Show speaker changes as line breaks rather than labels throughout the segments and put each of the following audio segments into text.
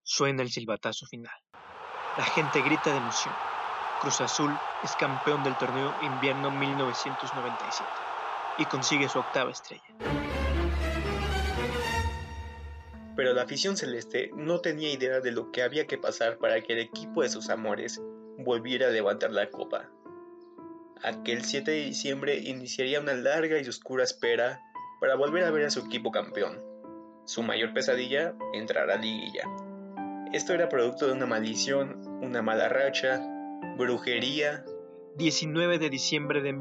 Suena el silbatazo final. La gente grita de emoción. Cruz Azul es campeón del torneo invierno 1997 y consigue su octava estrella.
Pero la afición celeste no tenía idea de lo que había que pasar para que el equipo de sus amores volviera a levantar la copa. Aquel 7 de diciembre iniciaría una larga y oscura espera para volver a ver a su equipo campeón. Su mayor pesadilla, entrar a liguilla. Esto era producto de una maldición, una mala racha, brujería.
19 de diciembre de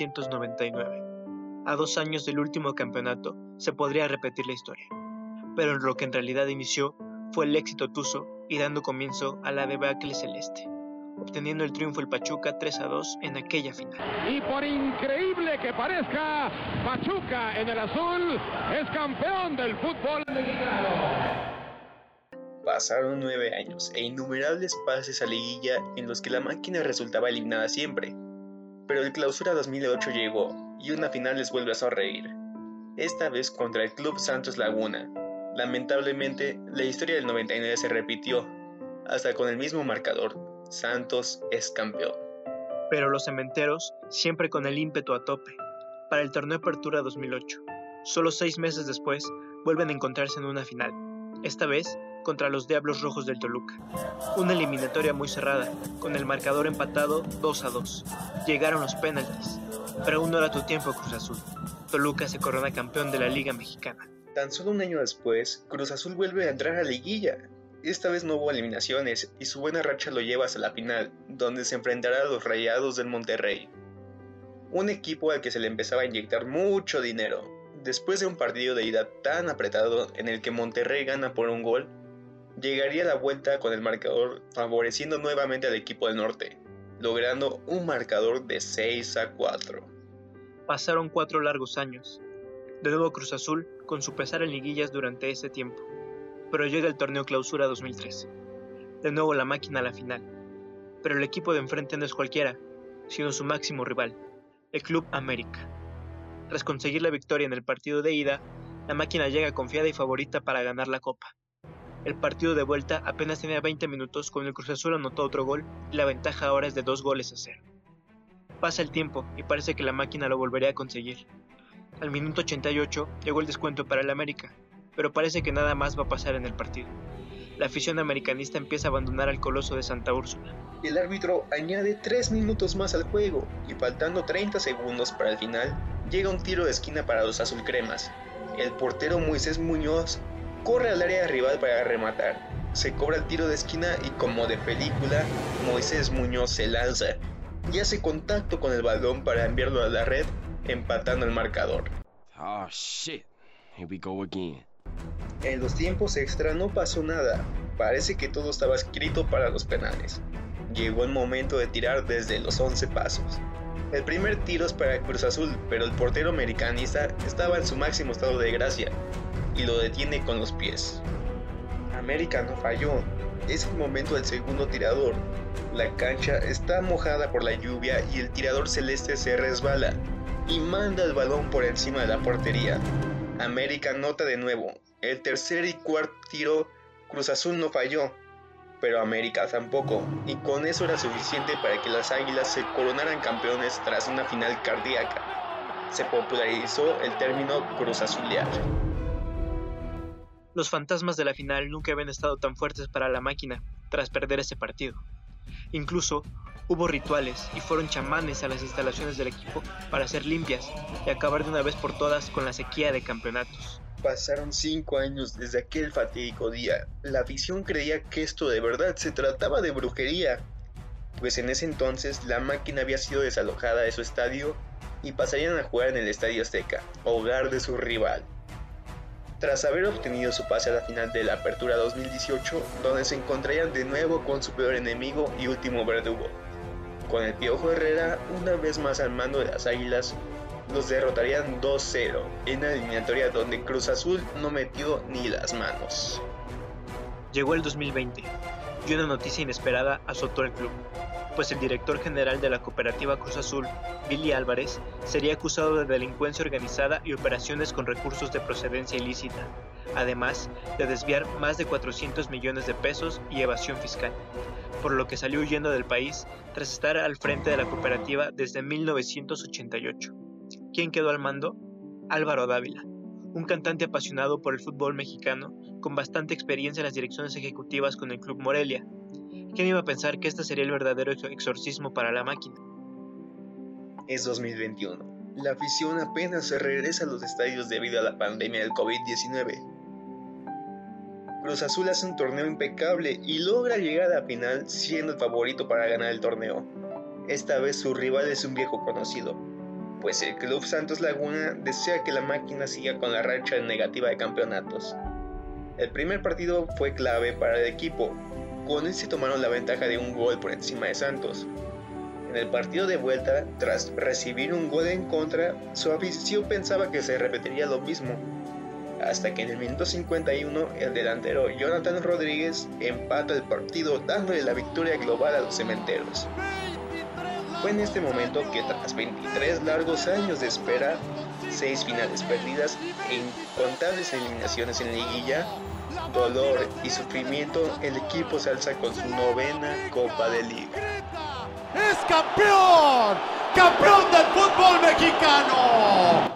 1999. A 2 años del último campeonato, se podría repetir la historia. Pero lo que en realidad inició fue el éxito tuzo y dando comienzo a la debacle celeste, obteniendo el triunfo el Pachuca 3-2 en aquella final.
Y por increíble que parezca, Pachuca en el azul es campeón del fútbol mexicano.
Pasaron 9 años e innumerables pases a liguilla en los que la máquina resultaba eliminada siempre. Pero el Clausura 2008 llegó y una final les vuelve a sonreír. Esta vez contra el Club Santos Laguna. Lamentablemente, la historia del 99 se repitió, hasta con el mismo marcador. Santos es campeón.
Pero los cementeros siempre con el ímpetu a tope. Para el torneo Apertura 2008, solo 6 meses después, vuelven a encontrarse en una final. Esta vez contra los Diablos Rojos del Toluca. Una eliminatoria muy cerrada, con el marcador empatado 2-2. Llegaron los penaltis, pero aún no era tu tiempo, Cruz Azul. Toluca se corona campeón de la Liga Mexicana.
Tan solo un año después, Cruz Azul vuelve a entrar a liguilla. Esta vez no hubo eliminaciones y su buena racha lo lleva hasta la final, donde se enfrentará a los Rayados del Monterrey. Un equipo al que se le empezaba a inyectar mucho dinero. Después de un partido de ida tan apretado en el que Monterrey gana por un gol, llegaría la vuelta con el marcador favoreciendo nuevamente al equipo del norte, logrando un marcador de 6-4.
Pasaron 4 largos años. De nuevo Cruz Azul con su pesar en liguillas durante ese tiempo, pero llega el torneo Clausura 2013. De nuevo la máquina a la final, pero el equipo de enfrente no es cualquiera, sino su máximo rival, el Club América. Tras conseguir la victoria en el partido de ida, la máquina llega confiada y favorita para ganar la copa. El partido de vuelta apenas tenía 20 minutos cuando el Cruz Azul anotó otro gol y la ventaja ahora es de 2-0. Pasa el tiempo y parece que la máquina lo volvería a conseguir. Al minuto 88 llegó el descuento para el América, pero parece que nada más va a pasar en el partido. La afición americanista empieza a abandonar al Coloso de Santa Úrsula.
El árbitro añade 3 minutos más al juego y faltando 30 segundos para el final, llega un tiro de esquina para los azulcremas. El portero Moisés Muñoz corre al área rival para rematar. Se cobra el tiro de esquina y como de película, Moisés Muñoz se lanza y hace contacto con el balón para enviarlo a la red, empatando el marcador.
Oh shit, here we go again.
En los tiempos extra no pasó nada. Parece que todo estaba escrito para los penales. Llegó el momento de tirar desde los 11 pasos. El primer tiro es para Cruz Azul, pero el portero americanista estaba en su máximo estado de gracia y lo detiene con los pies. América no falló. Es el momento del segundo tirador. La cancha está mojada por la lluvia y el tirador celeste se resbala y manda el balón por encima de la portería. América anota de nuevo. El tercer y cuarto tiro, Cruz Azul no falló, pero América tampoco, y con eso era suficiente para que las Águilas se coronaran campeones tras una final cardíaca. Se popularizó el término Cruz Azulear.
Los fantasmas de la final nunca habían estado tan fuertes para la máquina tras perder ese partido. Incluso hubo rituales y fueron chamanes a las instalaciones del equipo para hacer limpias y acabar de una vez por todas con la sequía de campeonatos.
Pasaron 5 años desde aquel fatídico día. La afición creía que esto de verdad se trataba de brujería, pues en ese entonces la máquina había sido desalojada de su estadio y pasarían a jugar en el Estadio Azteca, hogar de su rival. Tras haber obtenido su pase a la final de la Apertura 2018, donde se encontrarían de nuevo con su peor enemigo y último verdugo. Con el Piojo Herrera una vez más al mando de las Águilas, los derrotarían 2-0 en una eliminatoria donde Cruz Azul no metió ni las manos.
Llegó el 2020 y una noticia inesperada azotó el club, pues el director general de la cooperativa Cruz Azul, Billy Álvarez, sería acusado de delincuencia organizada y operaciones con recursos de procedencia ilícita, además de desviar más de 400 millones de pesos y evasión fiscal, por lo que salió huyendo del país tras estar al frente de la cooperativa desde 1988. ¿Quién quedó al mando? Álvaro Dávila, un cantante apasionado por el fútbol mexicano con bastante experiencia en las direcciones ejecutivas con el Club Morelia. ¿Quién iba a pensar que este sería el verdadero exorcismo para la máquina?
Es 2021. La afición apenas se regresa a los estadios debido a la pandemia del COVID-19. Cruz Azul hace un torneo impecable y logra llegar a la final siendo el favorito para ganar el torneo. Esta vez su rival es un viejo conocido, pues el Club Santos Laguna desea que la máquina siga con la racha negativa de campeonatos. El primer partido fue clave para el equipo, con él se tomaron la ventaja de un gol por encima de Santos. En el partido de vuelta, tras recibir un gol en contra, su afición pensaba que se repetiría lo mismo, hasta que en el minuto 51 el delantero Jonathan Rodríguez empata el partido dándole la victoria global a los cementeros. Fue en este momento que tras 23 largos años de espera, 6 finales perdidas e incontables eliminaciones en liguilla, dolor y sufrimiento, el equipo se alza con su 9ª Copa de Liga.
¡Es campeón! ¡Campeón del fútbol mexicano!